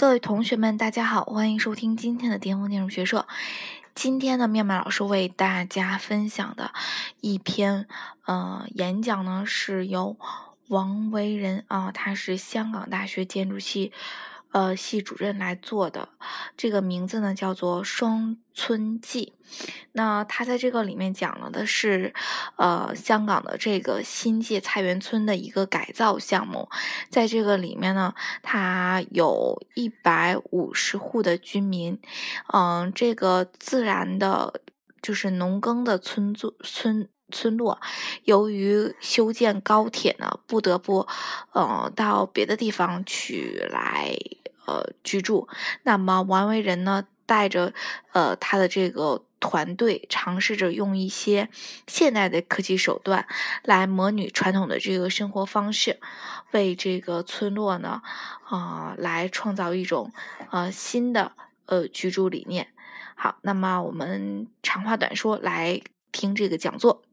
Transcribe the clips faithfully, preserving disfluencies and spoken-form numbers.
各位同学们，大家好，欢迎收听今天的巅峰电影学社。今天呢，面面老师为大家分享的一篇呃演讲呢，是由王维仁啊，他是香港大学建筑系呃系主任来做的。这个名字呢叫做《双村记》。那他在这个里面讲了的是呃香港的这个新界菜园村的一个改造项目。在这个里面呢，它有一百五十户的居民，嗯，这个自然的就是农耕的村村村村落，由于修建高铁呢，不得不呃到别的地方去来呃居住。那么王维仁呢，带着呃他的这个团队，尝试着用一些现代的科技手段来模拟传统的这个生活方式，为这个村落呢啊、呃、来创造一种呃新的呃居住理念。好，那么我们长话短说，来听这个讲座。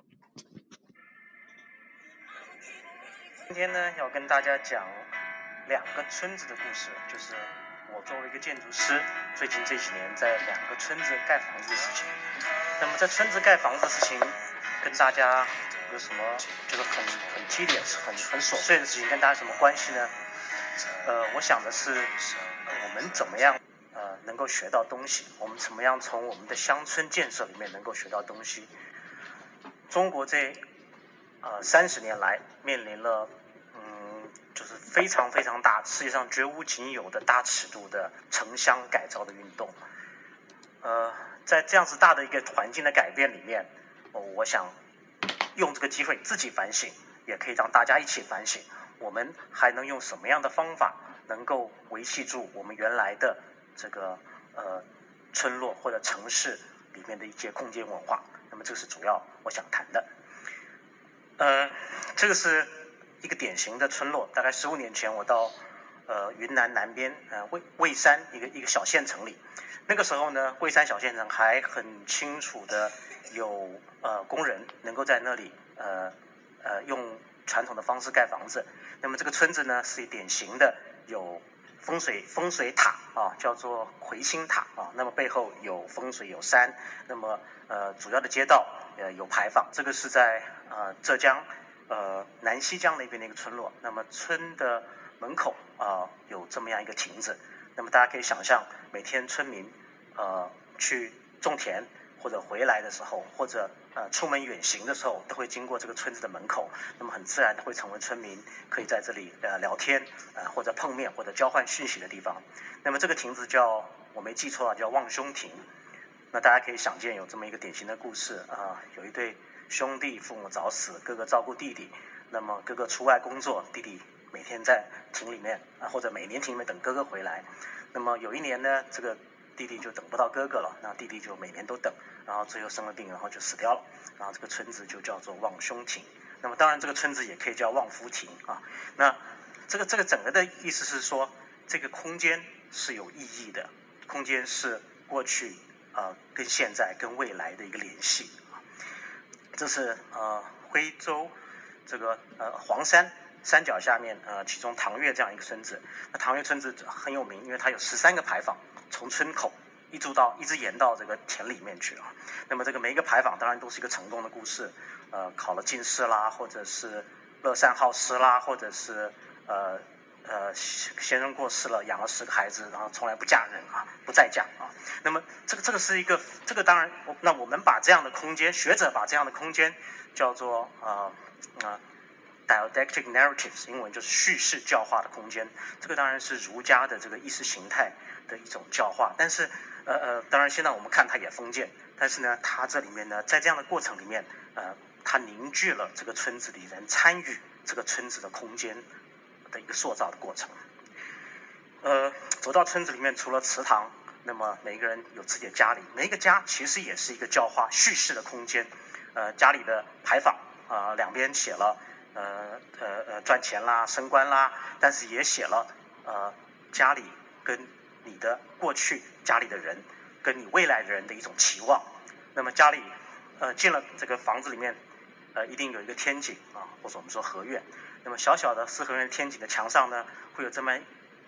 今天呢，要跟大家讲两个村子的故事，就是我作为一个建筑师，最近这几年在两个村子盖房子的事情。那么在村子盖房子的事情，跟大家有什么就是很很激烈、很很琐碎的事情，跟大家什么关系呢？呃，我想的是，我们怎么样呃能够学到东西？我们怎么样从我们的乡村建设里面能够学到东西？中国这呃三十年来面临了嗯就是非常非常大，世界上绝无仅有的大尺度的城乡改造的运动。呃，在这样子大的一个环境的改变里面，哦、我想用这个机会自己反省，也可以让大家一起反省，我们还能用什么样的方法能够维系住我们原来的这个呃村落或者城市里面的一些空间文化。那么这是主要我想谈的。呃，这个是一个典型的村落，大概十五年前我到呃云南南边呃蔚蔚山一个一个小县城里，那个时候呢，蔚山小县城还很清楚的有呃工人能够在那里呃呃用传统的方式盖房子。那么这个村子呢是典型的有风水风水塔啊，叫做魁星塔啊。那么背后有风水有山，那么呃主要的街道呃有牌坊。这个是在呃浙江呃南溪江那边的一个村落。那么村的门口啊、呃、有这么样一个亭子。那么大家可以想象，每天村民呃去种田或者回来的时候，或者呃出门远行的时候，都会经过这个村子的门口。那么很自然的会成为村民可以在这里呃聊天呃或者碰面或者交换讯息的地方。那么这个亭子叫，我没记错啊，叫望兄亭。那大家可以想见有这么一个典型的故事啊、呃，有一对兄弟，父母早死，哥哥照顾弟弟。那么哥哥出外工作，弟弟每天在亭里面啊，或者每年亭里面等哥哥回来。那么有一年呢，这个弟弟就等不到哥哥了，那弟弟就每年都等，然后最后生了病，然后就死掉了。然后这个村子就叫做望兄亭。那么当然这个村子也可以叫望夫亭啊。那这个这个整个的意思是说，这个空间是有意义的，空间是过去呃跟现在跟未来的一个联系啊。这是呃徽州这个呃黄山山脚下面呃其中唐岳这样一个村子。那唐岳村子很有名，因为它有十三个牌坊，从村口一直到一直延到这个田里面去啊。那么这个每一个牌坊当然都是一个成功的故事，呃考了进士啦，或者是乐善好施啦，或者是呃呃先生过世了，养了十个孩子，然后从来不嫁人啊，不再嫁啊。那么这个这个是一个这个当然，那我们把这样的空间，学者把这样的空间叫做呃呃 didactic narratives， 英文就是叙事教化的空间。这个当然是儒家的这个意识形态的一种教化，但是呃呃，当然现在我们看它也封建，但是呢，它这里面呢，在这样的过程里面，呃，它凝聚了这个村子里人参与这个村子的空间的一个塑造的过程。呃，走到村子里面，除了祠堂，那么每个人有自己的家里，每一个家其实也是一个教化叙事的空间。呃，家里的牌坊啊、呃，两边写了呃呃呃赚钱啦、升官啦，但是也写了呃家里跟你的过去家里的人跟你未来的人的一种期望。那么家里呃进了这个房子里面，呃一定有一个天井啊，或者我们说合院。那么小小的四合院天井的墙上呢，会有这么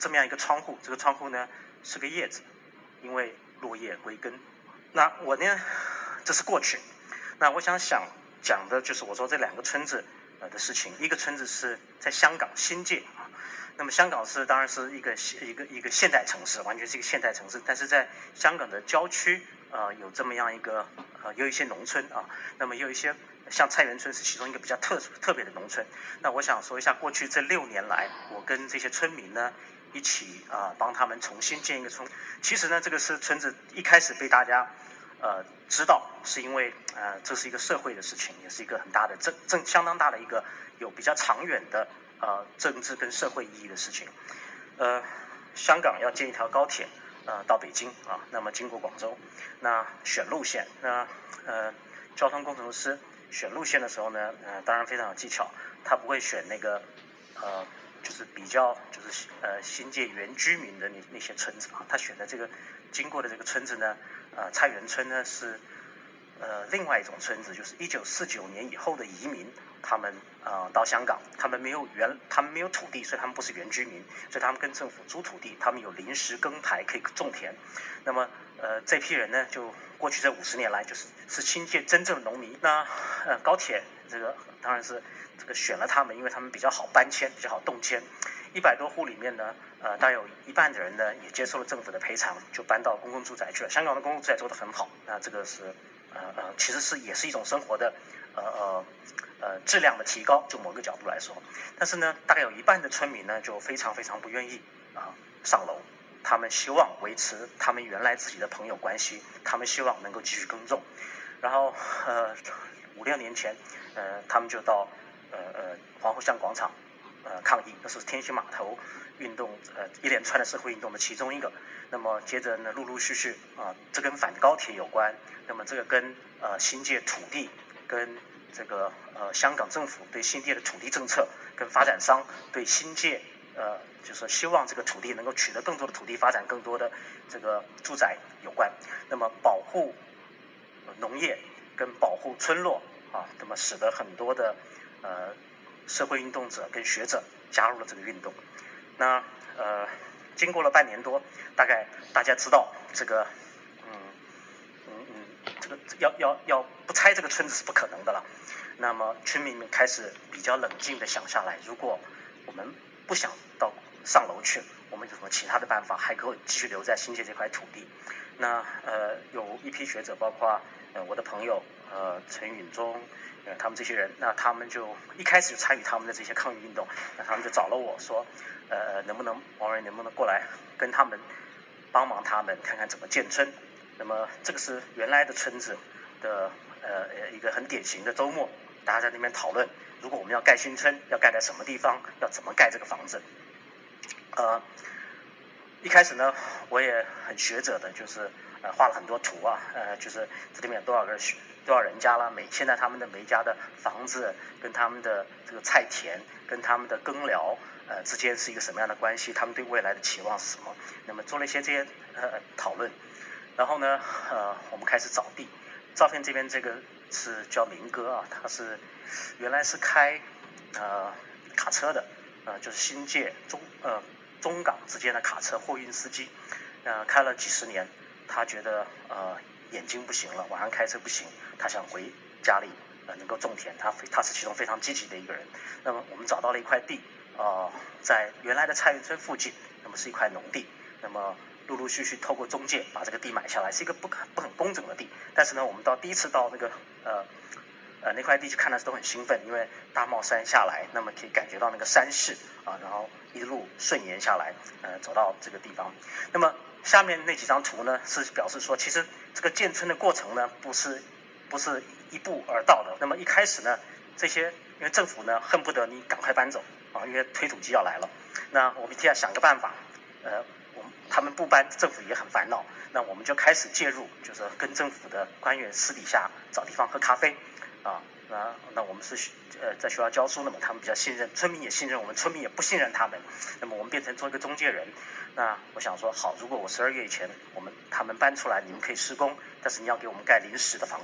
这么样一个窗户，这个窗户呢是个叶子，因为落叶归根。那我呢，这是过去。那我想想讲的就是我说这两个村子呃的事情。一个村子是在香港新界啊，那么香港是当然是一个一个一个现代城市，完全是一个现代城市，但是在香港的郊区呃有这么样一个呃有一些农村啊，那么有一些像菜园村是其中一个比较特殊特别的农村。那我想说一下过去这六年来，我跟这些村民呢一起啊、呃、帮他们重新建一个村。其实呢，这个是村子一开始被大家呃知道，是因为呃这是一个社会的事情，也是一个很大的政政相当大的一个有比较长远的呃政治跟社会意义的事情。呃，香港要建一条高铁呃到北京啊，那么经过广州，那选路线，那呃交通工程师选路线的时候呢，呃当然非常有技巧，他不会选那个呃。就是比较就是呃新界原居民的那那些村子啊，他选的这个经过的这个村子呢，呃菜园村呢是呃另外一种村子，就是一九四九年以后的移民，他们呃到香港，他们没有原他们没有土地，所以他们不是原居民，所以他们跟政府租土地，他们有临时耕台可以种田。那么呃这批人呢，就过去这五十年来就是是新界真正的农民。那呃高铁这个当然是。这个选了他们，因为他们比较好搬迁，比较好动迁。一百多户里面呢，呃，大概有一半的人呢也接受了政府的赔偿，就搬到公共住宅去了。香港的公共住宅做得很好，那这个是呃呃，其实是也是一种生活的呃呃呃质量的提高，就某个角度来说。但是呢，大概有一半的村民呢就非常非常不愿意啊、呃、上楼，他们希望维持他们原来自己的朋友关系，他们希望能够继续耕种。然后呃五六年前，呃他们就到。呃呃，皇后巷广场，呃抗议，那是天星码头运动，呃一连串的社会运动的其中一个。那么接着呢，陆陆续续啊、呃，这跟反高铁有关，那么这个跟呃新界土地，跟这个呃香港政府对新界的土地政策，跟发展商对新界呃就是希望这个土地能够取得更多的土地，发展更多的这个住宅有关。那么保护农业跟保护村落啊，那么使得很多的。呃，社会运动者跟学者加入了这个运动。那呃，经过了半年多，大概大家知道这个，嗯嗯嗯，这个要要要不拆这个村子是不可能的了。那么村民们开始比较冷静的想下来，如果我们不想到上楼去，我们有什么其他的办法，还可以继续留在新界这块土地？那呃，有一批学者，包括呃我的朋友呃陈允中。呃，他们这些人，那他们就一开始就参与他们的这些抗议运动，那他们就找了我说，呃，能不能王仁能不能过来跟他们帮忙他们看看怎么建村？那么这个是原来的村子的呃一个很典型的周末，大家在那边讨论，如果我们要盖新村，要盖在什么地方，要怎么盖这个房子？呃，一开始呢，我也很学者的，就是呃画了很多图啊，呃，就是这里面有多少个多少人家啦，每现在他们的每家的房子跟他们的这个菜田跟他们的耕寮呃之间是一个什么样的关系？他们对未来的期望是什么？那么做了一些这些呃讨论，然后呢呃我们开始找地。照片这边这个是叫明哥啊，他是原来是开呃卡车的，呃就是新界中呃中港之间的卡车货运司机，呃开了几十年，他觉得呃眼睛不行了，晚上开车不行。他想回家里，呃，能够种田，他他是其中非常积极的一个人。那么我们找到了一块地，呃，在原来的菜园村附近，那么是一块农地。那么陆陆续续透过中介把这个地买下来，是一个不不很工整的地。但是呢，我们到第一次到那个呃呃那块地去看的时候都很兴奋，因为大帽山下来，那么可以感觉到那个山势啊，然后一路顺延下来，呃，走到这个地方。那么下面那几张图呢，是表示说，其实这个建村的过程呢，不是。不是一步而到的。那么一开始呢，这些因为政府呢恨不得你赶快搬走啊，因为推土机要来了。那我们一定要想个办法，呃，我们他们不搬，政府也很烦恼。那我们就开始介入，就是跟政府的官员私底下找地方喝咖啡啊。那那我们是呃在学校教书的嘛，他们比较信任，村民也信任我们，村民也不信任他们。那么我们变成做一个中介人。那我想说，好，如果我十二月以前我们他们搬出来，你们可以施工，但是你要给我们盖临时的房子。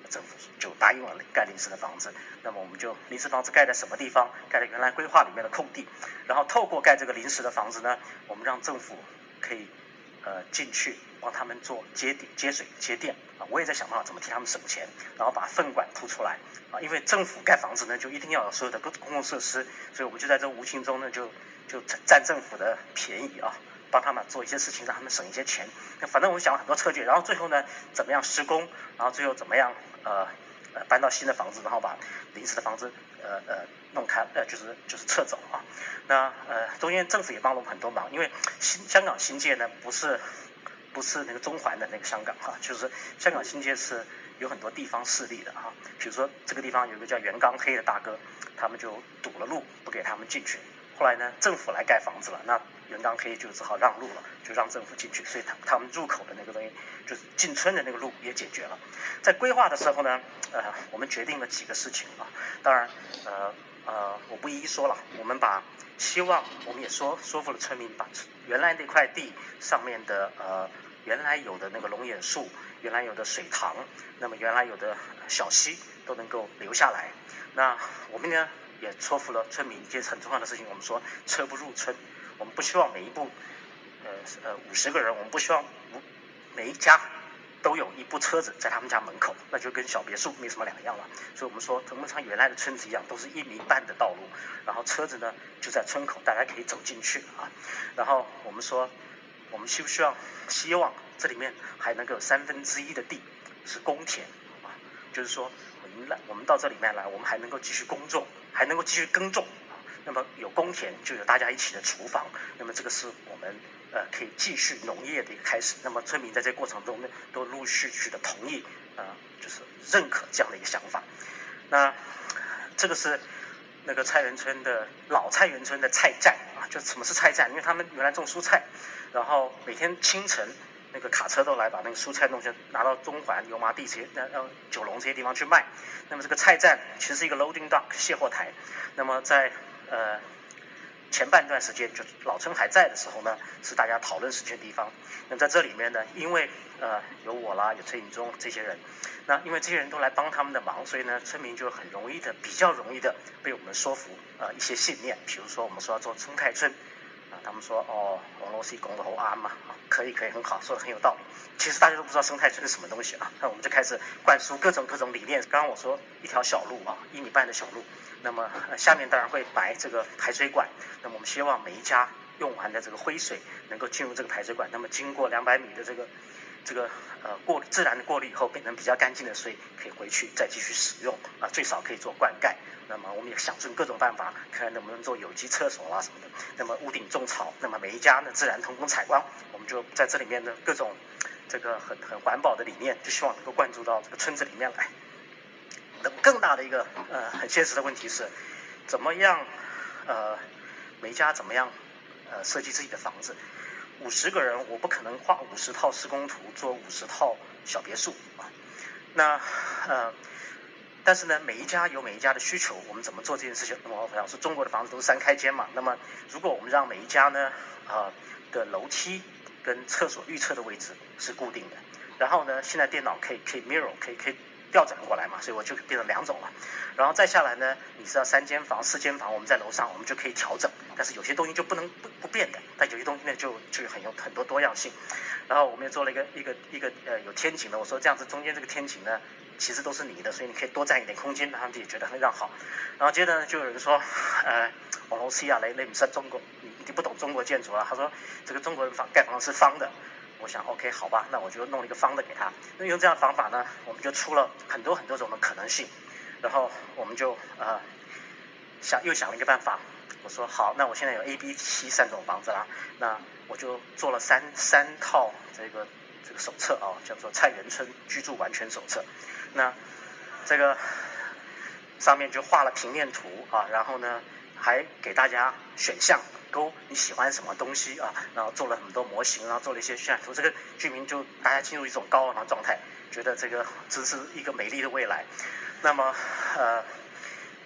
政府就答应了盖临时的房子。那么我们就临时房子盖在什么地方？盖在原来规划里面的空地。然后透过盖这个临时的房子呢，我们让政府可以呃进去帮他们做接地、接水、接电啊。我也在想办法怎么替他们省钱，然后把粪管铺出来啊。因为政府盖房子呢，就一定要有所有的公共设施，所以我们就在这无形中呢，就就占政府的便宜啊。帮他们做一些事情，让他们省一些钱。那反正我们想了很多策略，然后最后呢，怎么样施工，然后最后怎么样呃呃搬到新的房子，然后把临时的房子呃呃弄开，呃就是就是撤走啊。那呃中间政府也帮了我们很多忙，因为新香港新界呢不是不是那个中环的那个香港哈、啊，就是香港新界是有很多地方势力的哈、啊。比如说这个地方有一个叫袁刚黑的大哥，他们就堵了路，不给他们进去。后来呢，政府来盖房子了，那袁刚黑就只好让路了，就让政府进去，所以他他们入口的那个东西，就是进村的那个路也解决了。在规划的时候呢，呃，我们决定了几个事情啊，当然，呃呃，我不一一说了，我们把希望我们也说说服了村民，把原来那块地上面的呃原来有的那个龙眼树，原来有的水塘，那么原来有的小溪都能够留下来。那我们呢？也说服了村民一件很重要的事情，我们说车不入村，我们不希望每一部呃呃五十个人，我们不希望每一家都有一部车子在他们家门口，那就跟小别墅没什么两样了。所以我们说，同们像原来的村子一样，都是一米半的道路，然后车子呢就在村口，大家可以走进去啊。然后我们说，我们希不希望希望这里面还能够有三分之一的地是公田啊，就是说我们来我们到这里面来，我们还能够继续耕种。还能够继续耕种，那么有公田就有大家一起的厨房，那么这个是我们呃可以继续农业的一个开始。那么村民在这个过程中呢，都陆续续的同意，呃，就是认可这样的一个想法。那这个是那个菜园村的老菜园村的菜站啊，就什么是菜站？因为他们原来种蔬菜，然后每天清晨那个卡车都来把那个蔬菜弄去拿到中环、油麻地这些、呃九龙这些地方去卖。那么这个菜站其实是一个 loading dock 卸货台。那么在呃前半段时间，就老村还在的时候呢，是大家讨论事情的地方。那在这里面呢，因为呃有我啦，有崔颖忠这些人，那因为这些人都来帮他们的忙，所以呢，村民就很容易的、比较容易的被我们说服呃一些信念。比如说我们说要做生态村。啊，他们说哦，王老师讲得好啱嘛，啊，可以可以很好，说的很有道理。其实大家都不知道生态村是什么东西啊，那我们就开始灌输各种各种理念。刚刚我说一条小路啊，一米半的小路，那么、呃、下面当然会埋这个排水管。那么我们希望每一家用完的这个灰水能够进入这个排水管，那么经过两百米的这个这个呃过自然的过滤以后，变成比较干净的水，可以回去再继续使用啊，最少可以做灌溉。那么我们也想尽各种办法，看能不能做有机厕所啦什么的。那么屋顶种草，那么每一家呢自然通风采光，我们就在这里面的各种这个很很环保的理念，就希望能够灌注到这个村子里面来。那么更大的一个呃很现实的问题是，怎么样呃每一家怎么样呃设计自己的房子？五十个人，我不可能画五十套施工图，做五十套小别墅啊。那呃。但是呢，每一家有每一家的需求，我们怎么做这件事情？那么我想说，中国的房子都是三开间嘛。那么，如果我们让每一家呢，啊、呃、的楼梯跟厕所预测的位置是固定的，然后呢，现在电脑可以可以 mirror 可以可以调转过来嘛，所以我就变成两种了。然后再下来呢，你是要三间房、四间房，我们在楼上我们就可以调整。但是有些东西就不能不不变的，但有些东西呢就就很有很多多样性。然后我们也做了一个一个一个呃有天井的，我说这样子中间这个天井呢。其实都是你的，所以你可以多占一点空间，让他们也觉得非常好。然后接着呢，就有人说，呃，王老师啊，你你不是中国，你你不懂中国建筑啊？他说这个中国人房盖房子是方的。我想 OK 好吧，那我就弄了一个方的给他。那用这样的方法呢，我们就出了很多很多种的可能性。然后我们就呃想又想了一个办法，我说好，那我现在有 A、B、C 三种房子啦，那我就做了三三套这个。这个手册啊，叫做《菜园村居住完全手册》。那这个上面就画了平面图啊，然后呢还给大家选项勾你喜欢什么东西啊，然后做了很多模型，然后做了一些渲染图。这个居民就大家进入一种高昂的状态，觉得这个这是一个美丽的未来。那么呃，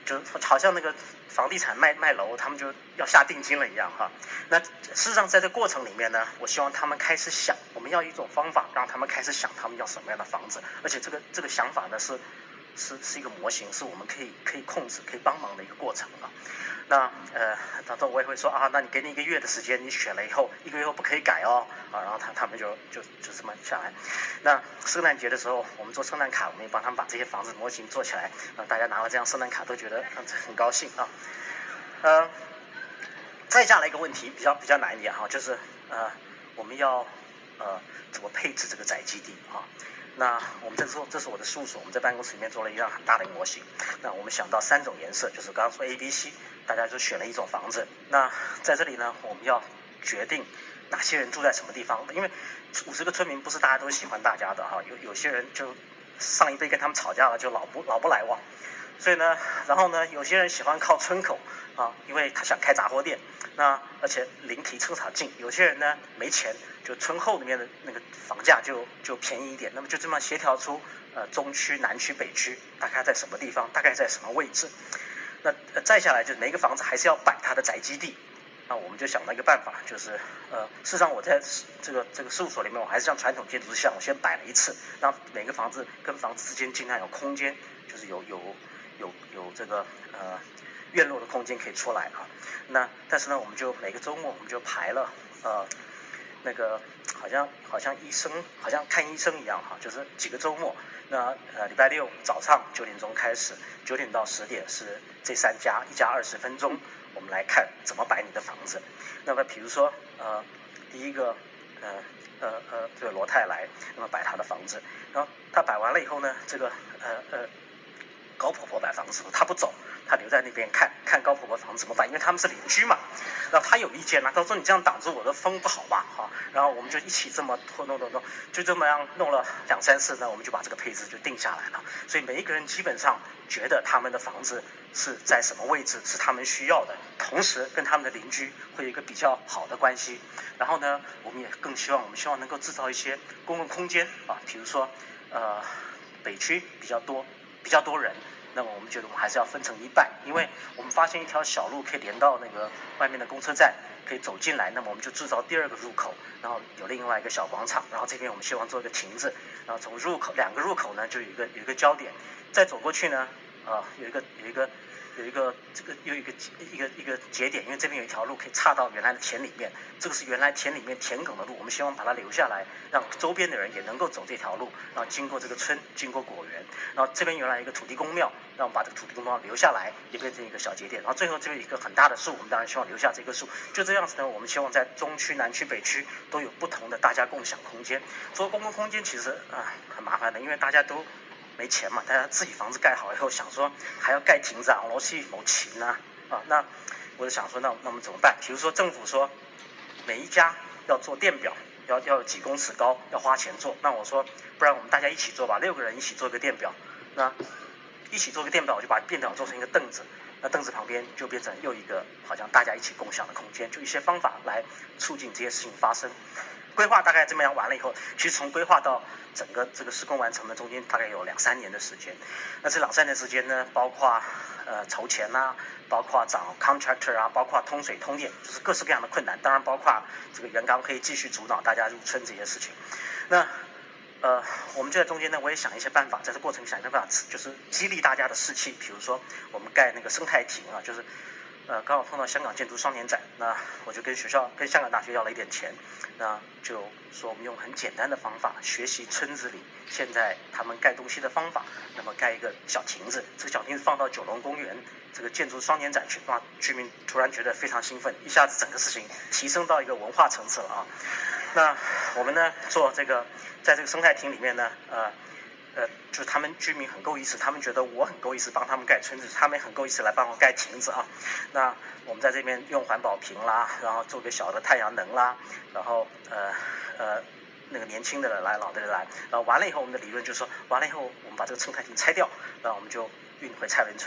就好像那个房地产卖卖楼，他们就要下定金了一样哈。那事实上在这过程里面呢，我希望他们开始想，我们要一种方法让他们开始想他们要什么样的房子，而且这个这个想法呢是是是一个模型，是我们可以可以控制、可以帮忙的一个过程啊。那呃，到时候我也会说啊，那你给你一个月的时间，你选了以后，一个月后不可以改哦啊，然后他他们就就就这么下来。那圣诞节的时候，我们做圣诞卡，我们也帮他们把这些房子模型做起来，啊，大家拿了这样圣诞卡都觉得很高兴啊。呃，再下来一个问题比较比较难一点哈，就是呃，我们要呃怎么配置这个宅基地啊？那我们这时候，这是我的事务所，我们在办公室里面做了一辆很大的模型。那我们想到三种颜色，就是刚刚说 A、B、C， 大家就选了一种房子。那在这里呢，我们要决定哪些人住在什么地方，因为五十个村民不是大家都喜欢大家的哈，有有些人就上一辈跟他们吵架了，就老不老不来往。所以呢，然后呢，有些人喜欢靠村口啊，因为他想开杂货店，那而且离停车场近。有些人呢没钱，就村后里面的那个房价就就便宜一点。那么就这么协调出呃中区、南区、北区大概在什么地方，大概在什么位置。那、呃、再下来就是每个房子还是要摆它的宅基地。那我们就想到一个办法，就是呃，事实上我在这个这个事务所里面，我还是像传统建筑师像，我先摆了一次，让每个房子跟房子之间尽量有空间，就是有有。有有这个呃院落的空间可以出来啊，那但是呢，我们就每个周末我们就排了呃那个好像好像医生好像看医生一样哈，就是几个周末，那呃礼拜六早上九点钟开始，九点到十点是这三家，一家二十分钟，我们来看怎么摆你的房子。那么比如说呃第一个呃呃呃这个罗太来，那么摆他的房子，然后他摆完了以后呢，这个呃呃。高婆婆摆房子，她不走，她留在那边看看高婆婆房子怎么办，因为他们是邻居嘛。然后她有意见了，她说你这样挡住我的风不好吧？哈，然后我们就一起这么弄弄弄弄，就这么样弄了两三次呢，我们就把这个配置就定下来了。所以每一个人基本上觉得他们的房子是在什么位置是他们需要的，同时跟他们的邻居会有一个比较好的关系。然后呢，我们也更希望我们希望能够制造一些公共空间啊，比如说呃北区比较多。比较多人，那么我们觉得我们还是要分成一半，因为我们发现一条小路可以连到那个外面的公车站，可以走进来，那么我们就制造第二个入口，然后有另外一个小广场，然后这边我们希望做一个亭子，然后从入口两个入口呢就有一个有一个焦点，再走过去呢，啊、呃、有一个有一个。有一个这个有一个一个一个节点，因为这边有一条路可以岔到原来的田里面，这个是原来田里面田埂的路，我们希望把它留下来，让周边的人也能够走这条路，然后经过这个村，经过果园，然后这边原来一个土地公庙，让我们把这个土地公庙留下来，也变成一个小节点，然后最后这边一个很大的树，我们当然希望留下这棵树，就这样子呢，我们希望在中区、南区、北区都有不同的大家共享空间。做公共空间其实啊很麻烦的，因为大家都没钱嘛，大家自己房子盖好以后，想说还要盖亭子啊，楼梯某钱啊，啊，那我就想说，那那我们怎么办？比如说政府说每一家要做电表，要要有几公尺高，要花钱做，那我说不然我们大家一起做吧，六个人一起做一个电表，那一起做个电表，我就把电表做成一个凳子，那凳子旁边就变成又一个好像大家一起共享的空间，就一些方法来促进这些事情发生。规划大概这么样完了以后，其实从规划到整个这个施工完成的中间大概有两三年的时间。那这两三年时间呢，包括呃筹钱啊，包括找 contractor 啊，包括通水通电，就是各式各样的困难。当然包括这个原钢可以继续阻挠大家入村这些事情。那呃，我们就在中间呢，我也想一些办法，在这过程想一些办法，就是激励大家的士气。比如说我们盖那个生态亭啊，就是呃刚好碰到香港建筑双年展，那我就跟学校跟香港大学要了一点钱，那就说我们用很简单的方法学习村子里现在他们盖东西的方法，那么盖一个小亭子，这个小亭子放到九龙公园这个建筑双年展去，哇，居民突然觉得非常兴奋，一下子整个事情提升到一个文化层次了啊。那我们呢做这个，在这个生态亭里面呢，呃呃，就是他们居民很够意思，他们觉得我很够意思帮他们盖村子，他们也很够意思来帮我盖亭子啊。那我们在这边用环保瓶啦，然后做个小的太阳能啦，然后呃呃那个年轻的人来，老的人来，然后完了以后我们的理论就是说，完了以后我们把这个生态亭拆掉，然后我们就运回蔡伦村，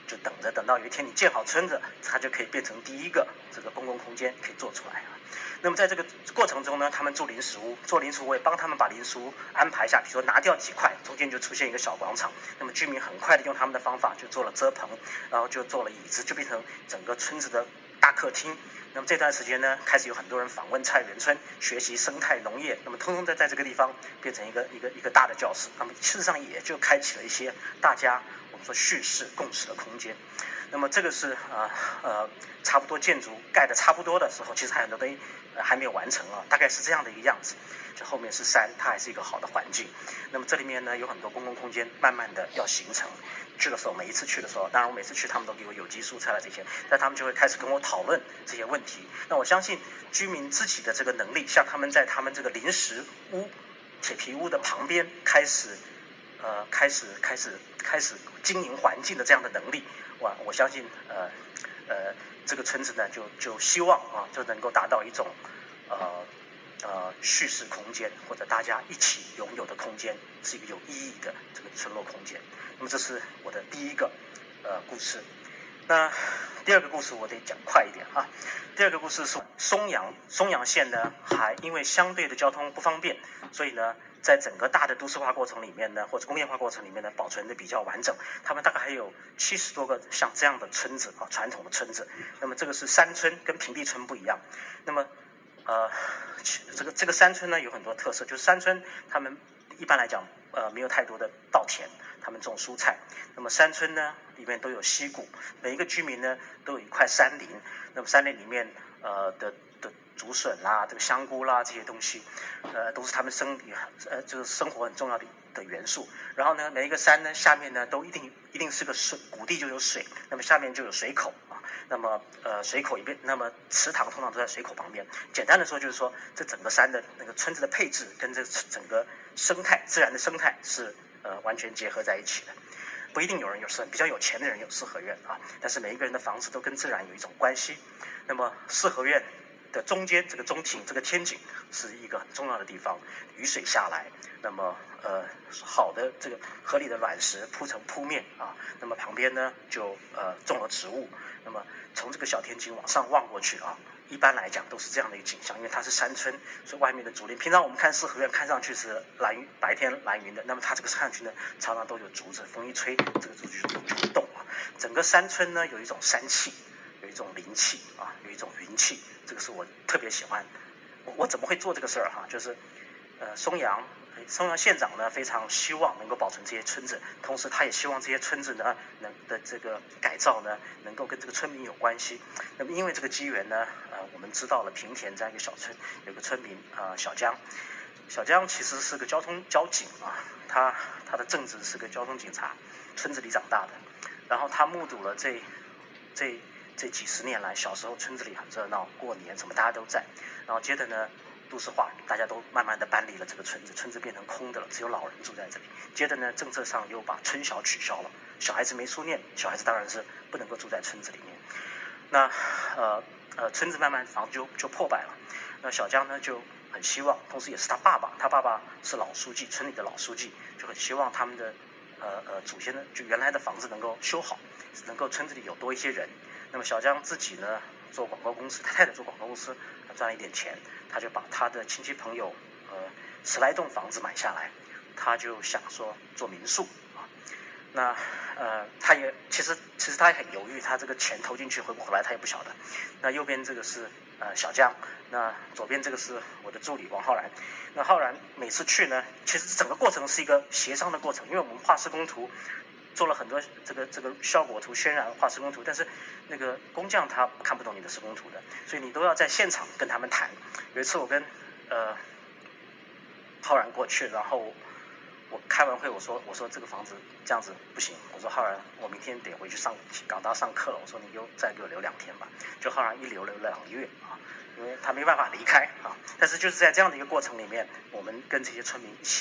就等着等到有一天你建好村子，它就可以变成第一个这个公共空间可以做出来啊。那么在这个过程中呢，他们住临时屋，做临时屋我也帮他们把临时屋安排下，比如说拿掉几块，中间就出现一个小广场。那么居民很快的用他们的方法就做了遮棚，然后就做了椅子，就变成整个村子的大客厅。那么这段时间呢，开始有很多人访问菜园村，学习生态农业，那么通通在在这个地方变成一个一个一个大的教室。那么事实上也就开启了一些大家我们说叙事共识的空间。那么这个是呃呃差不多建筑盖的差不多的时候，其实还有很多东西、呃、还没有完成啊，大概是这样的一个样子。就后面是山，它还是一个好的环境。那么这里面呢有很多公共空间，慢慢的要形成。去的时候，每一次去的时候，当然我每次去他们都给我有机蔬菜了这些，但他们就会开始跟我讨论这些问题。那我相信居民自己的这个能力，像他们在他们这个临时屋、铁皮屋的旁边开始，呃，开始开始开始经营环境的这样的能力，哇，我相信呃呃这个村子呢就就希望啊就能够达到一种呃。呃，叙事空间或者大家一起拥有的空间，是一个有意义的这个村落空间。那么这是我的第一个呃故事。那第二个故事我得讲快一点啊。第二个故事是松阳，松阳县呢还因为相对的交通不方便，所以呢在整个大的都市化过程里面呢，或者工业化过程里面呢，保存的比较完整。他们大概还有七十多个像这样的村子啊，传统的村子。那么这个是山村，跟平地村不一样。那么呃，这个这个山村呢有很多特色，就是山村他们一般来讲呃没有太多的稻田，他们种蔬菜。那么山村呢里面都有溪谷，每一个居民呢都有一块山林。那么山林里面呃的的竹笋啦、这个香菇啦这些东西，呃都是他们生理呃就是生活很重要的的元素。然后呢，每一个山呢下面呢都一定一定是个水谷地，就有水，那么下面就有水口啊。那么呃水口一边，那么池塘通常都在水口旁边。简单的说就是说，这整个山的那个村子的配置跟这整个生态自然的生态是呃完全结合在一起的。不一定有人有四比较有钱的人有四合院啊，但是每一个人的房子都跟自然有一种关系。那么四合院的中间这个中庭这个天井是一个很重要的地方，雨水下来，那么呃好的这个合理的卵石铺成铺面啊，那么旁边呢就呃种了植物，那么从这个小天井往上望过去啊，一般来讲都是这样的一个景象，因为它是山村，所以外面的竹林，平常我们看四合院看上去是蓝云白天蓝云的，那么它这个看上去呢常常都有竹子，风一吹这个竹子就就动啊。整个山村呢有一种山气，有一种灵气啊，有一种云气，这个是我特别喜欢。我我怎么会做这个事儿哈？就是呃松阳松阳县长呢非常希望能够保存这些村子，同时他也希望这些村子呢能的这个改造呢能够跟这个村民有关系。那么因为这个机缘呢，呃我们知道了平田这样一个小村有个村民啊、呃、小江，小江其实是个交通交警啊，他他的正职是个交通警察，村子里长大的，然后他目睹了这这这几十年来，小时候村子里很热闹，过年什么大家都在，然后接着呢都市化，大家都慢慢的搬离了这个村子，村子变成空的了，只有老人住在这里。接着呢，政策上又把村小取消了，小孩子没书念，小孩子当然是不能够住在村子里面。那呃呃，村子慢慢房子就就破败了。那小江呢就很希望，同时也是他爸爸，他爸爸是老书记，村里的老书记，就很希望他们的呃呃祖先的就原来的房子能够修好，能够村子里有多一些人。那么小江自己呢做广告公司，他太太做广告公司，他赚了一点钱，他就把他的亲戚朋友呃十来栋房子买下来，他就想说做民宿啊。那呃他也其实其实他也很犹豫，他这个钱投进去回不回来他也不晓得。那右边这个是呃小江，那左边这个是我的助理王浩然。那浩然每次去呢，其实整个过程是一个协商的过程，因为我们画施工图做了很多这个这个效果图渲染画施工图，但是那个工匠他看不懂你的施工图的，所以你都要在现场跟他们谈。有一次我跟呃浩然过去，然后我开完会我说我说这个房子这样子不行，我说浩然我明天得回去上港大上课了，我说你就再给我留两天吧。就浩然一留留了两个月啊，因为他没办法离开啊。但是就是在这样的一个过程里面，我们跟这些村民一起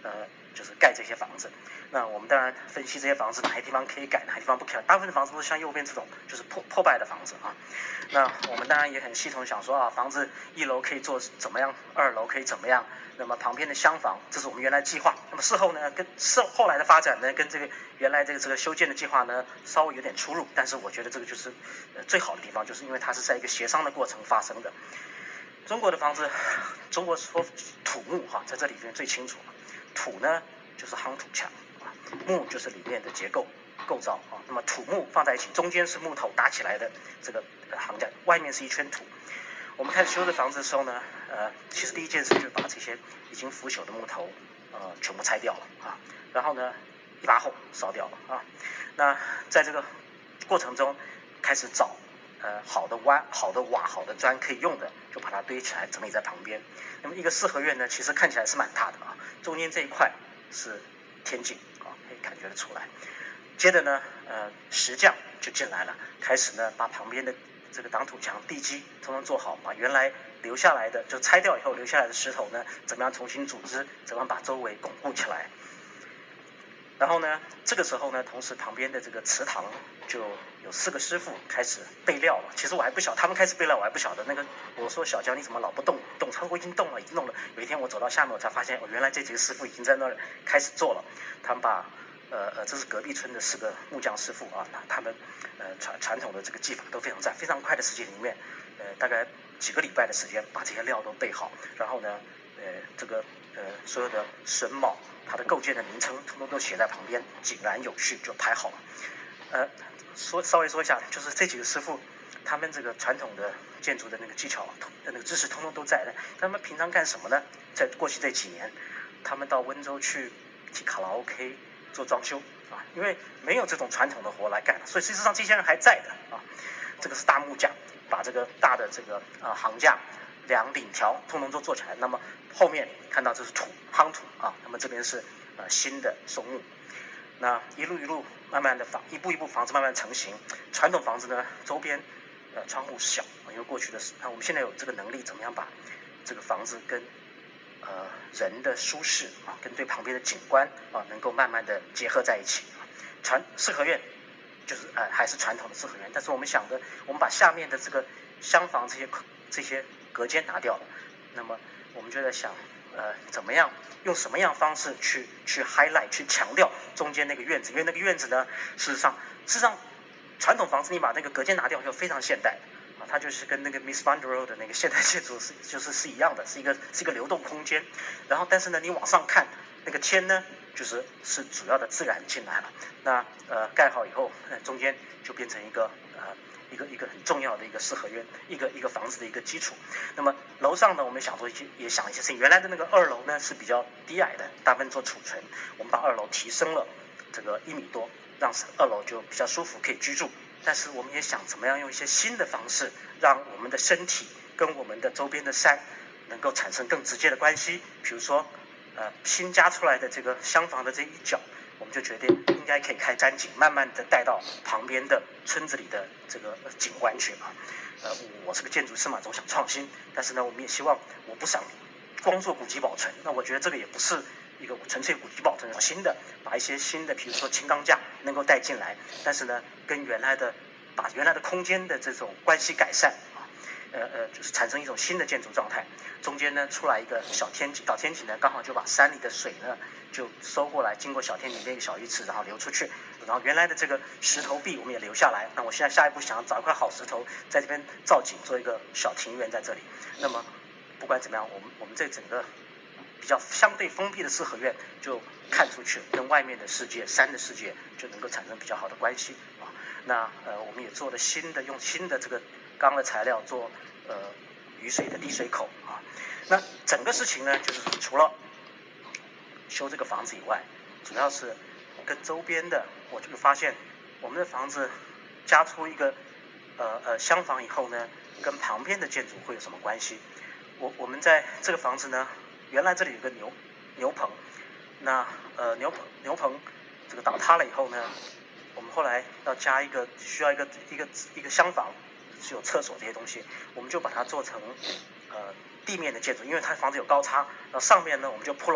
呃就是盖这些房子。那我们当然分析这些房子哪些地方可以改，哪些地方不可以。大部分的房子都是像右边这种就是破破败的房子啊。那我们当然也很系统想说啊，房子一楼可以做怎么样，二楼可以怎么样。那么旁边的厢房，这是我们原来计划。那么事后呢，跟事后来的发展呢，跟这个原来这个这个修建的计划呢，稍微有点出入。但是我觉得这个就是呃最好的地方，就是因为它是在一个协商的过程发生的。中国的房子，中国说土木哈，在这里面最清楚。土呢就是夯土墙啊，木就是里面的结构构造啊。那么土木放在一起，中间是木头搭起来的这个桁架，外面是一圈土。我们开始修的房子的时候呢，呃，其实第一件事就是把这些已经腐朽的木头呃全部拆掉了啊，然后呢一把火烧掉了啊。那在这个过程中开始找呃好的瓦、好的瓦、好的砖可以用的，就把它堆起来整理在旁边。那么一个四合院呢，其实看起来是蛮大的啊，中间这一块是天井啊，可以感觉得出来。接着呢，呃，石匠就进来了，开始呢把旁边的这个挡土墙、地基统统做好，把原来留下来的就拆掉以后留下来的石头呢，怎么样重新组织，怎么样把周围巩固起来。然后呢，这个时候呢，同时旁边的这个祠堂就有四个师傅开始备料了。其实我还不晓，他们开始备料，我还不晓得。那个我说小江你怎么老不动？动，他说我已经动了，已经弄了。有一天我走到下面，我才发现，哦，原来这几个师傅已经在那儿开始做了。他们把呃呃，这是隔壁村的四个木匠师傅啊，那他们呃传传统的这个技法都非常在，非常快的时间里面，呃大概几个礼拜的时间把这些料都备好，然后呢，呃这个呃所有的榫卯。它的构件的名称统统都写在旁边，井然有序就排好了。呃，说稍微说一下，就是这几个师傅，他们这个传统的建筑的那个技巧、那个知识，统统都在的。他们平常干什么呢？在过去这几年，他们到温州去去卡拉 OK 做装修啊，因为没有这种传统的活来干，所以事实上这些人还在的啊。这个是大木匠，把这个大的这个啊行架。梁檩条通通都做起来，那么后面看到这是土夯土啊，那么这边是呃新的松木，那一路一路慢慢的房一步一步房子慢慢成型。传统房子呢周边呃窗户小，因为过去的那我们现在有这个能力，怎么样把这个房子跟呃人的舒适啊，跟对旁边的景观啊能够慢慢的结合在一起。传四合院就是呃还是传统的四合院，但是我们想的，我们把下面的这个厢房这些这些隔间拿掉了，那么我们就在想，呃，怎么样用什么样方式去去 highlight 去强调中间那个院子？因为那个院子呢，事实上，事实上，传统房子你把那个隔间拿掉就非常现代啊，它就是跟那个 Miss Van der Rohe 的那个现代建筑是就是是一样的，是一个是一个流动空间。然后，但是呢，你往上看那个天呢，就是是主要的自然进来了。那呃盖好以后，呃中间就变成一个呃。一个一个很重要的一个四合院，一个一个房子的一个基础。那么楼上呢，我们想做一些，也想一些事情。原来的那个二楼呢是比较低矮的，大部分做储存。我们把二楼提升了这个一米多，让二楼就比较舒服，可以居住。但是我们也想怎么样用一些新的方式，让我们的身体跟我们的周边的山能够产生更直接的关系。比如说，呃，新加出来的这个厢房的这一角。我们就决定应该可以开瞻景，慢慢的带到旁边的村子里的这个景观去啊。呃，我是个建筑师嘛，总想创新，但是呢，我们也希望我不想光做古迹保存。那我觉得这个也不是一个纯粹古迹保存，新的把一些新的，比如说轻钢架能够带进来，但是呢，跟原来的把原来的空间的这种关系改善啊，呃呃，就是产生一种新的建筑状态。中间呢出来一个小天井，小天井呢刚好就把山里的水呢就收过来，经过小天井那个小鱼池，然后流出去。然后原来的这个石头壁我们也留下来。那我现在下一步想找一块好石头，在这边造景，做一个小庭园在这里。那么不管怎么样，我们我们这整个比较相对封闭的四合院就看出去，跟外面的世界、山的世界就能够产生比较好的关系啊。那呃，我们也做了新的，用新的这个钢的材料做呃雨水的滴水口啊。那整个事情呢，就是除了修这个房子以外，主要是跟周边的，我就发现我们的房子加出一个呃呃厢房以后呢，跟旁边的建筑会有什么关系？我我们在这个房子呢，原来这里有个牛牛棚，那呃牛棚牛棚这个倒塌了以后呢，我们后来要加一个需要一个一个一个厢房，是有厕所这些东西，我们就把它做成呃地面的建筑，因为它房子有高差，然后上面呢我们就铺了瓦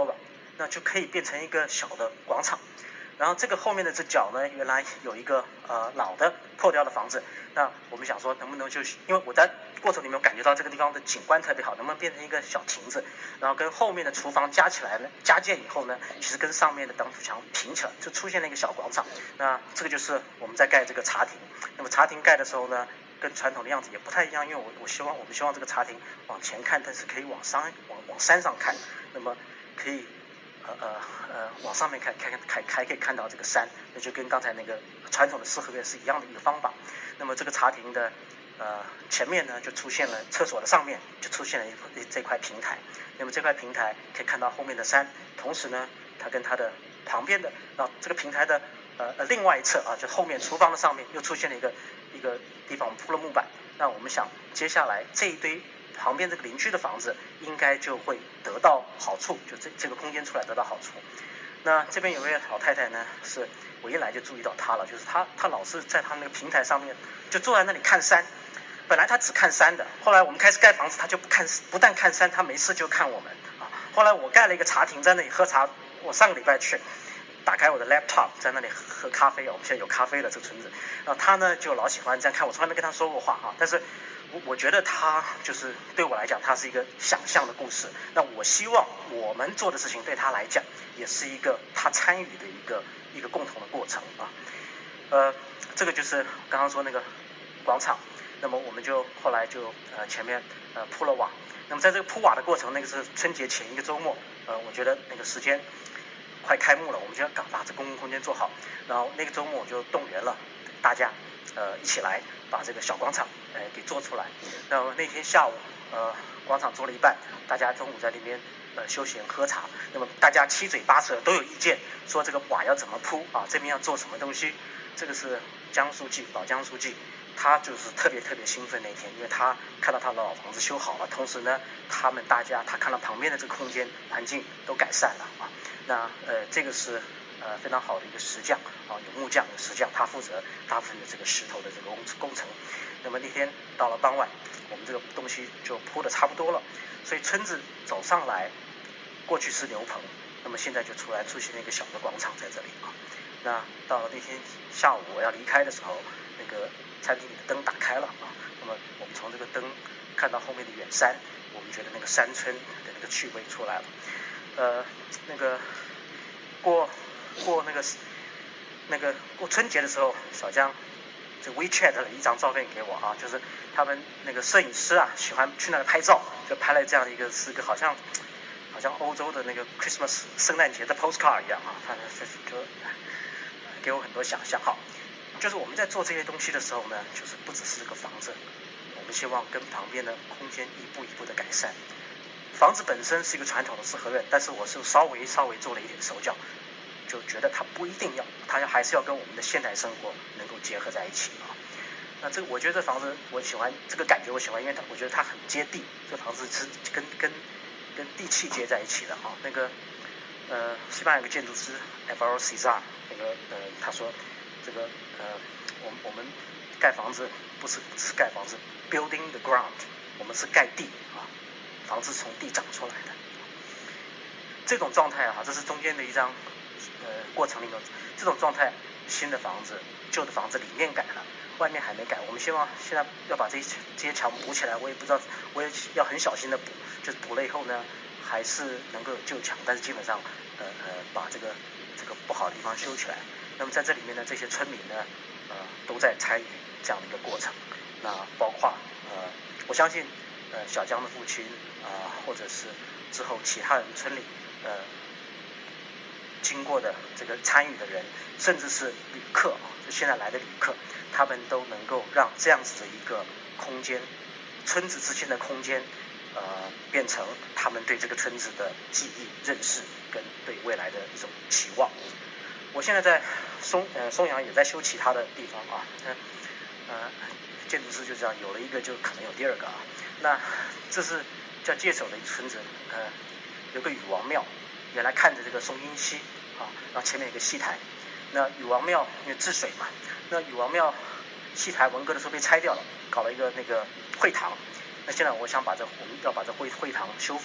那就可以变成一个小的广场。然后这个后面的这角呢，原来有一个呃老的破掉的房子，那我们想说能不能就因为我在过程里面感觉到这个地方的景观特别好，能不能变成一个小亭子，然后跟后面的厨房加起来呢，加建以后呢，其实跟上面的挡土墙平起来，就出现了一个小广场。那这个就是我们在盖这个茶亭。那么茶亭盖的时候呢，跟传统的样子也不太一样，因为我我希望我们希望这个茶亭往前看，但是可以往上往往山上看，那么可以。呃呃呃，往上面看，看看还可以看到这个山，那就跟刚才那个传统的四合院是一样的一个方法。那么这个茶亭的呃前面呢，就出现了厕所的上面就出现了一这块平台。那么这块平台可以看到后面的山，同时呢，它跟它的旁边的啊这个平台的呃呃另外一侧啊，就后面厨房的上面又出现了一个一个地方，我们铺了木板。那我们想接下来这一堆。旁边这个邻居的房子应该就会得到好处，就这这个空间出来得到好处。那这边有位老太太呢，是我一来就注意到她了，就是她她老是在她那个平台上面就坐在那里看山。本来她只看山的，后来我们开始盖房子，她就不看，不但看山，她没事就看我们啊。后来我盖了一个茶亭在那里喝茶，我上个礼拜去。打开我的 laptop 在那里喝咖啡，我们现在有咖啡了这个村子。然后他呢就老喜欢这样看，我从来没跟他说过话啊，但是我我觉得他就是对我来讲，他是一个想象的故事。那我希望我们做的事情对他来讲，也是一个他参与的一个一个共同的过程啊。呃，这个就是刚刚说那个广场。那么我们就后来就呃前面呃铺了瓦。那么在这个铺瓦的过程，那个是春节前一个周末，呃，我觉得那个时间。快开幕了，我们就要赶把这公共空间做好。然后那个周末我就动员了大家，呃，一起来把这个小广场，呃，给做出来。那么那天下午，呃，广场做了一半，大家中午在那边呃休闲喝茶。那么大家七嘴八舌都有意见，说这个瓦要怎么铺啊，这边要做什么东西。这个是江书记，老江书记，他就是特别特别兴奋那天，因为他看到他的老房子修好了，同时呢，他们大家他看到旁边的这个空间环境都改善了啊。那呃，这个是呃非常好的一个石匠啊，有木匠有石匠，他负责大部分的这个石头的这个工工程。那么那天到了傍晚，我们这个东西就铺的差不多了，所以村子走上来，过去是牛棚，那么现在就突然出现了一个小的广场在这里啊。那到了那天下午我要离开的时候，那个餐厅里的灯打开了啊，那么我们从这个灯看到后面的远山，我们觉得那个山村的那个趣味出来了。呃，那个过过那个那个过春节的时候，小江这 WeChat 的一张照片给我啊，就是他们那个摄影师啊，喜欢去那里拍照，就拍了这样的一个是个好像好像欧洲的那个 Christmas 圣诞节的 postcard 一样啊，他就给我很多想象。好，就是我们在做这些东西的时候呢，就是不只是这个房子，我们希望跟旁边的空间一步一步的改善。房子本身是一个传统的四合院，但是我是稍微稍微做了一点手脚，就觉得它不一定要，它要还是要跟我们的现代生活能够结合在一起啊。那这个我觉得这房子我喜欢，这个感觉我喜欢，因为它我觉得它很接地，这房子是跟跟跟地气接在一起的啊。那个呃，西班牙有个建筑师 Álvaro Siza 那个呃，他说这个呃，我们我们盖房子不是不是盖房子 ，building the ground， 我们是盖地啊。房子从地长出来的，这种状态啊，这是中间的一张呃过程里面，这种状态，新的房子、旧的房子里面改了，外面还没改。我们希望现在要把这些这些墙补起来，我也不知道，我也要很小心的补，就是补了以后呢，还是能够有旧墙，但是基本上呃呃把这个这个不好的地方修起来。那么在这里面呢，这些村民呢，呃都在参与这样的一个过程。那包括呃，我相信呃小江的父亲。啊、呃，或者是之后其他人村里呃经过的这个参与的人，甚至是旅客啊，就现在来的旅客，他们都能够让这样子的一个空间，村子之间的空间，呃，变成他们对这个村子的记忆、认识跟对未来的一种期望。我现在在松呃松阳也在修其他的地方啊，呃呃，建筑师就这样，有了一个就可能有第二个啊。那这是。叫界首的一个村子，呃，有个禹王庙，原来看着这个松阴溪啊，然后前面有个戏台。那禹王庙因为治水嘛，那禹王庙戏台文革的时候被拆掉了，搞了一个那个会堂。那现在我想把这我们要把这会会堂修复，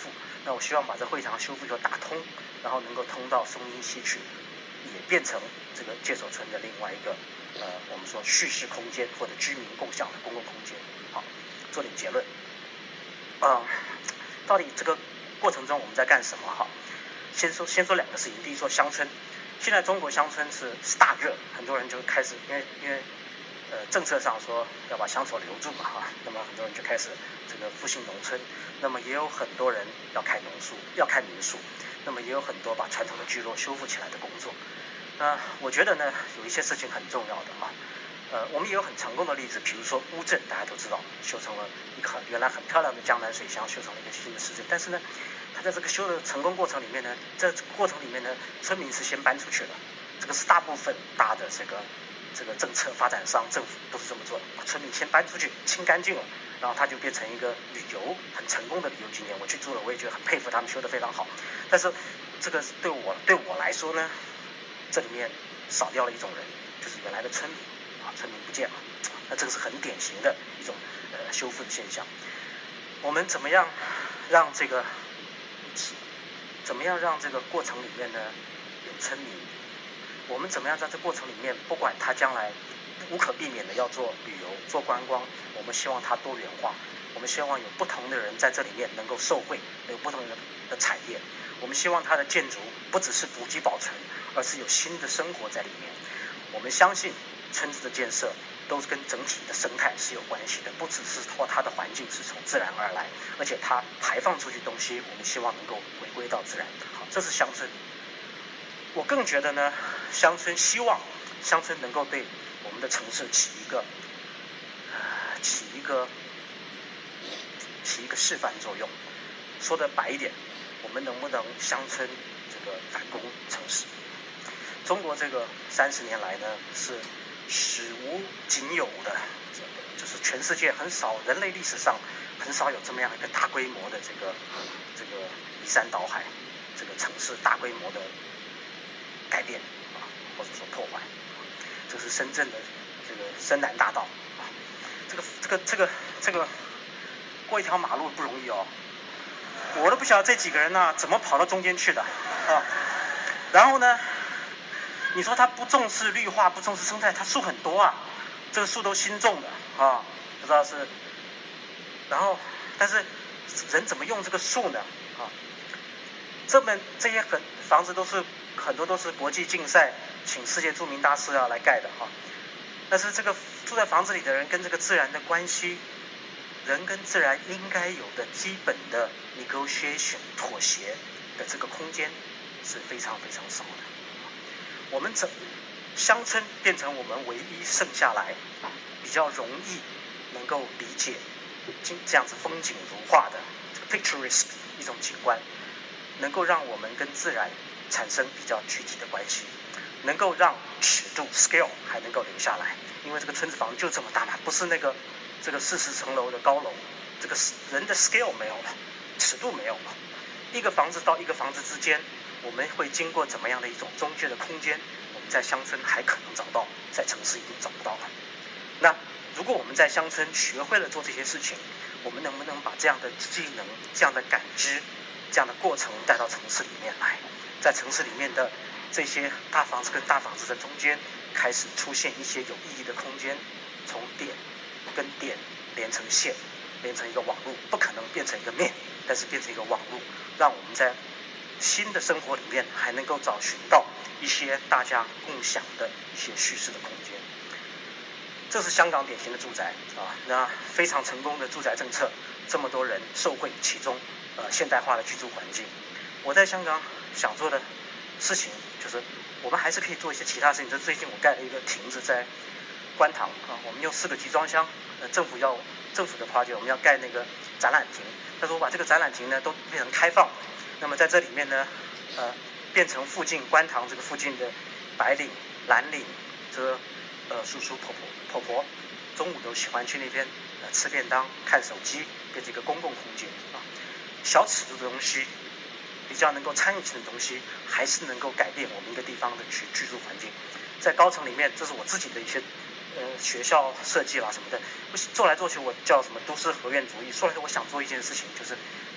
那我希望把这会场修复以后打通，然后能够通到松阴西去，也变成这个界首村的另外一个呃我们说叙事空间或者居民共享的公共空间。好，做点结论。啊、呃，到底这个过程中我们在干什么？哈，先说先说两个事情。第一，说乡村，现在中国乡村是是大热，很多人就开始因为因为呃政策上说要把乡愁留住嘛哈，那么很多人就开始这个复兴农村，那么也有很多人要开农宿，要开民宿，那么也有很多把传统的聚落修复起来的工作。那、呃、我觉得呢，有一些事情很重要的啊。呃，我们也有很成功的例子，比如说乌镇，大家都知道，修成了一个很原来很漂亮的江南水乡，修成了一个新的市镇。但是呢，它在这个修的成功过程里面呢，在这个过程里面呢，村民是先搬出去了，这个是大部分大的这个这个政策发展商、政府都是这么做的，把村民先搬出去，清干净了，然后它就变成一个旅游很成功的旅游景点。我去住了，我也觉得很佩服他们修得非常好。但是这个对我对我来说呢，这里面少掉了一种人，就是原来的村民。村民不见了，那这个是很典型的一种呃修复的现象。我们怎么样让这个怎么样让这个过程里面呢有村民？我们怎么样在这过程里面，不管他将来无可避免的要做旅游、做观光，我们希望它多元化，我们希望有不同的人在这里面能够受惠，有不同的的产业。我们希望它的建筑不只是古迹保存，而是有新的生活在里面。我们相信村子的建设都是跟整体的生态是有关系的，不只是说它的环境是从自然而来，而且它排放出去东西，我们希望能够回归到自然。好，这是乡村。我更觉得呢，乡村希望乡村能够对我们的城市起一个、呃、起一个起一个示范作用。说的白一点，我们能不能乡村这个反攻城市？中国这个三十年来呢，是史无仅有的，就是全世界很少，人类历史上很少有这么样一个大规模的这个这个移山倒海，这个城市大规模的改变啊，或者说破坏。这是深圳的这个深南大道啊，这个这个这个这个过一条马路不容易哦，我都不晓得这几个人呢、啊、怎么跑到中间去的啊。然后呢，你说他不重视绿化，不重视生态，他树很多啊，这个树都新种的啊，不知道是。然后，但是人怎么用这个树呢？啊，这么这些很房子都是很多都是国际竞赛，请世界著名大师啊来盖的哈、啊。但是这个住在房子里的人跟这个自然的关系，人跟自然应该有的基本的 negotiation 妥协的这个空间是非常非常少的。我们整乡村变成我们唯一剩下来比较容易能够理解这样子风景如画的这个 picturesque 一种景观，能够让我们跟自然产生比较具体的关系，能够让尺度 scale 还能够留下来。因为这个村子房就这么大嘛，不是那个这个四十层楼的高楼，这个人的 scale 没有了，尺度没有了。一个房子到一个房子之间，我们会经过怎么样的一种中介的空间，我们在乡村还可能找到，在城市已经找不到了。那如果我们在乡村学会了做这些事情，我们能不能把这样的技能、这样的感知、这样的过程带到城市里面来？在城市里面的这些大房子跟大房子的中间，开始出现一些有意义的空间，从点跟点连成线，连成一个网络，不可能变成一个面，但是变成一个网络，让我们在新的生活里面还能够找寻到一些大家共享的一些叙事的空间。这是香港典型的住宅啊，那非常成功的住宅政策，这么多人受惠其中，呃，现代化的居住环境。我在香港想做的事情就是，我们还是可以做一些其他事情。就最近我盖了一个亭子在观塘啊，我们用四个集装箱，呃，政府要政府的 project， 我们要盖那个展览亭。他说我把这个展览亭呢都变成开放，那么在这里面呢，呃，变成附近观塘这个附近的白领、蓝领，这个呃叔叔婆婆婆婆，中午都喜欢去那边呃吃便当、看手机，变成一个公共空间啊。小尺度的东西，比较能够参与性的东西，还是能够改变我们一个地方的居居住环境。在高层里面，这是我自己的一些呃学校设计啦什么的，做来做去我叫什么都市合院主义。说来我想做一件事情，就是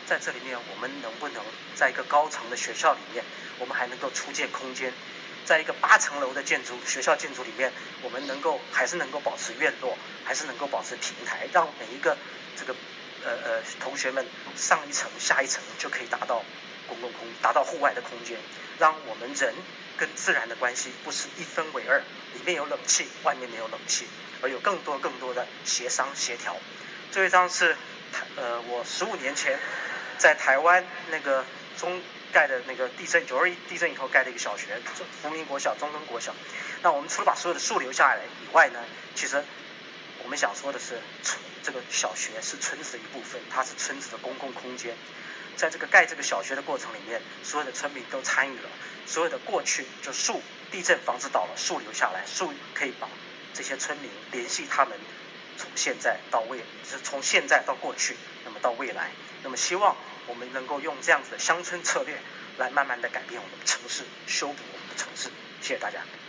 在这里面我们能不能在一个高层的学校里面，我们还能够出建空间，在一个八层楼的建筑学校建筑里面，我们能够还是能够保持院落，还是能够保持平台，让每一个这个呃呃同学们上一层下一层就可以达到公共空达到户外的空间，让我们人跟自然的关系不是一分为二，里面有冷气，外面没有冷气，而有更多更多的协商协调。这一张是呃我十五年前在台湾那个中盖的那个地震九二一地震以后盖的一个小学，福民国小、中登国小。那我们除了把所有的树留下来以外呢，其实我们想说的是，这个小学是村子的一部分，它是村子的公共空间。在这个盖这个小学的过程里面，所有的村民都参与了，所有的过去就树地震房子倒了，树留下来，树可以把这些村民联系他们，从现在到未，就是从现在到过去，那么到未来。那么希望我们能够用这样子的乡村策略来慢慢的改变我们的城市，修补我们的城市。谢谢大家。